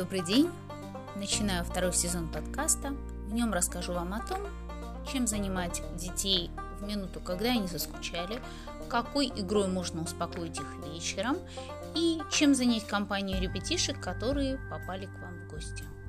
Добрый день! Начинаю второй сезон подкаста. В нем расскажу вам о том, чем занимать детей в минуту, когда они заскучали, какой игрой можно успокоить их вечером и чем занять компанию ребятишек, которые попали к вам в гости.